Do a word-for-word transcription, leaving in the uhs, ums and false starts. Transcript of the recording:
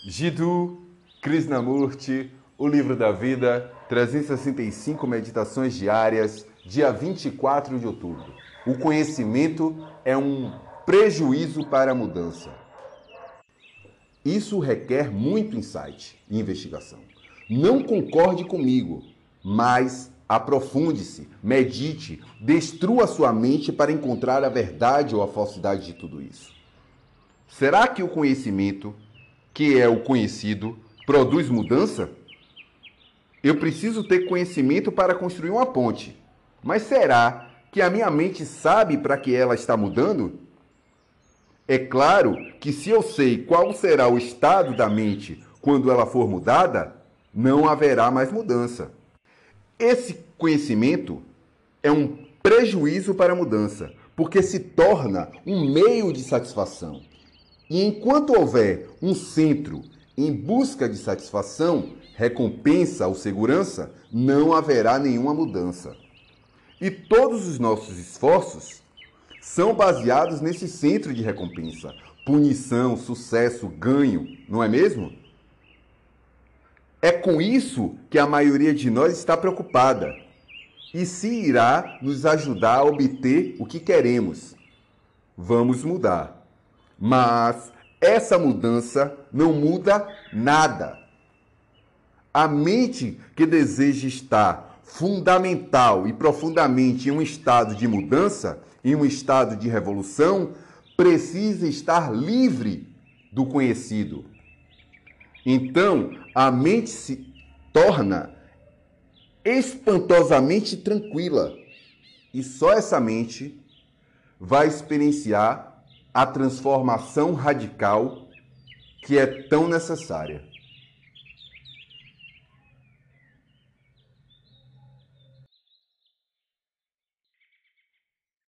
Jiddu Krishnamurti, O Livro da Vida, trezentas e sessenta e cinco Meditações Diárias, dia vinte e quatro de outubro. O conhecimento é um prejuízo para a mudança. Isso requer muito insight e investigação. Não concorde comigo, mas aprofunde-se, medite, destrua sua mente para encontrar a verdade ou a falsidade de tudo isso. Será que o conhecimento, que é o conhecido, produz mudança? Eu preciso ter conhecimento para construir uma ponte. Mas será que a minha mente sabe para que ela está mudando? É claro que se eu sei qual será o estado da mente quando ela for mudada, não haverá mais mudança. Esse conhecimento é um prejuízo para a mudança, porque se torna um meio de satisfação. E enquanto houver um centro em busca de satisfação, recompensa ou segurança, não haverá nenhuma mudança. E todos os nossos esforços são baseados nesse centro de recompensa, punição, sucesso, ganho, não é mesmo? É com isso que a maioria de nós está preocupada e se irá nos ajudar a obter o que queremos. Vamos mudar. Mas essa mudança não muda nada. A mente que deseja estar fundamental e profundamente em um estado de mudança, em um estado de revolução, precisa estar livre do conhecido. Então, a mente se torna espantosamente tranquila. E só essa mente vai experienciar a transformação radical que é tão necessária.